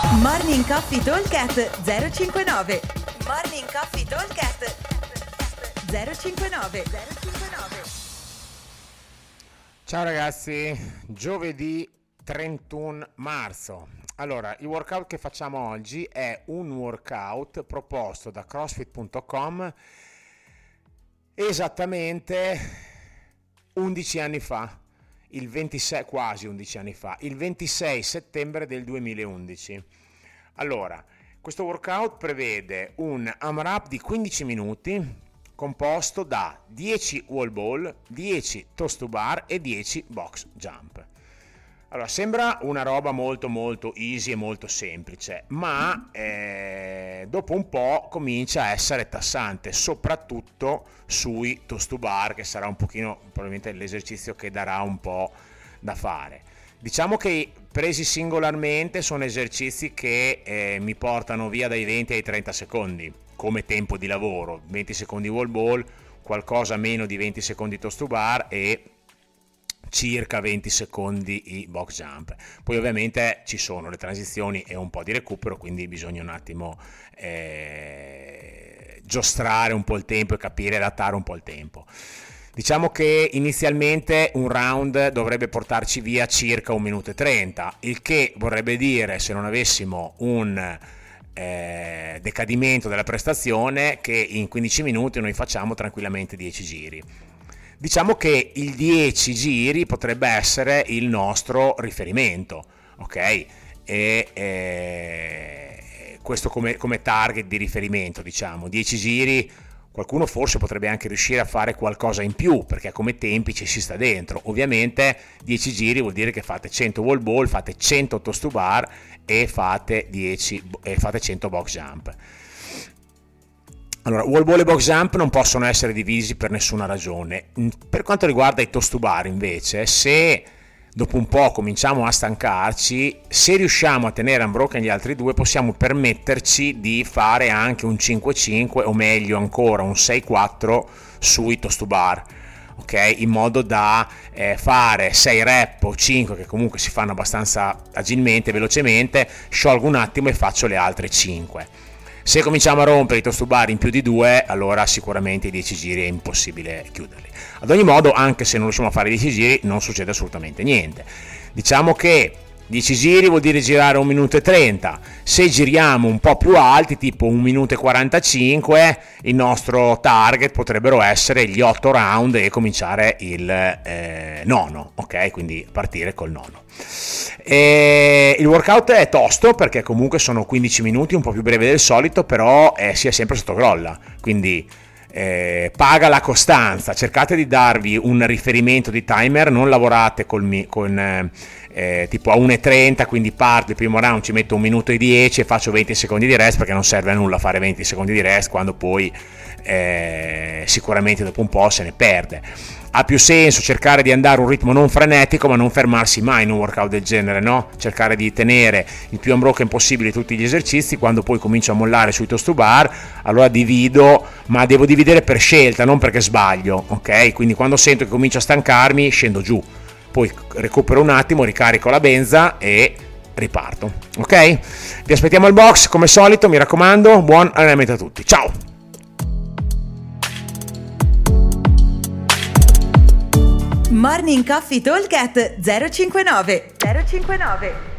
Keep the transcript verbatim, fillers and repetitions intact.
Morning Coffee Talkcast zero cinquantanove. Morning Coffee Talkcast zero cinquantanove. Ciao ragazzi, giovedì trentuno marzo. Allora, il workout che facciamo oggi è un workout proposto da CrossFit punto com esattamente undici anni fa, il ventisei, quasi undici anni fa, il ventisei settembre del duemilaundici. Allora, questo workout prevede un AMRAP di quindici minuti composto da dieci wall ball, dieci toes to bar e dieci box jump. Allora, sembra una roba molto molto easy e molto semplice, ma eh, dopo un po' comincia a essere tassante, soprattutto sui toes to bar, che sarà un pochino probabilmente l'esercizio che darà un po' da fare. Diciamo che presi singolarmente sono esercizi che eh, mi portano via dai venti ai trenta secondi come tempo di lavoro, venti secondi wall ball, qualcosa meno di venti secondi toes to bar e circa venti secondi i box jump. Poi ovviamente ci sono le transizioni e un po' di recupero, quindi bisogna un attimo eh, giostrare un po' il tempo e capire, adattare un po' il tempo. Diciamo che inizialmente un round dovrebbe portarci via circa un minuto e trenta, il che vorrebbe dire, se non avessimo un eh, decadimento della prestazione, che in quindici minuti noi facciamo tranquillamente dieci giri. Diciamo che il dieci giri potrebbe essere il nostro riferimento, ok? E eh, questo come, come target di riferimento, diciamo, dieci giri. Qualcuno forse potrebbe anche riuscire a fare qualcosa in più, perché come tempi ci si sta dentro. Ovviamente dieci giri vuol dire che fate cento wall ball, fate cento toes to bar e fate, dieci, e fate cento box jump. Allora, wall ball e box jump non possono essere divisi per nessuna ragione. Per quanto riguarda i toes to bar invece, se dopo un po' cominciamo a stancarci, se riusciamo a tenere unbroken gli altri due, possiamo permetterci di fare anche un cinque cinque o meglio ancora un sei quattro sui toes to bar, ok? In modo da eh, fare sei rep o cinque, che comunque si fanno abbastanza agilmente, velocemente, sciolgo un attimo e faccio le altre cinque. Se cominciamo a rompere i toes to bar in più di due, allora sicuramente i dieci giri è impossibile chiuderli. Ad ogni modo, anche se non riusciamo a fare i dieci giri, non succede assolutamente niente. Diciamo che dieci giri vuol dire girare un minuto e trenta. Se giriamo un po' più alti, tipo un minuto e quarantacinque, il nostro target potrebbero essere gli otto round e cominciare il eh, nono, ok? Quindi partire col nono. E il workout è tosto perché comunque sono quindici minuti, un po' più breve del solito, però eh, si è sempre sotto grolla, quindi eh, paga la costanza. Cercate di darvi un riferimento di timer, non lavorate col, con eh, eh, tipo a uno e trenta, quindi parto il primo round, ci metto un minuto e dieci e faccio venti secondi di rest, perché non serve a nulla fare venti secondi di rest quando poi eh, sicuramente dopo un po' se ne perde. Ha più senso cercare di andare a un ritmo non frenetico, ma non fermarsi mai in un workout del genere, no? Cercare di tenere il più unbroken possibile tutti gli esercizi. Quando poi comincio a mollare sui toes to bar, allora divido, ma devo dividere per scelta, non perché sbaglio, ok? Quindi quando sento che comincio a stancarmi, scendo giù, poi recupero un attimo, ricarico la benza e riparto, ok? Vi aspettiamo al box, come solito, mi raccomando, buon allenamento a tutti, ciao! Morning Coffee Talkcast zero cinquantanove.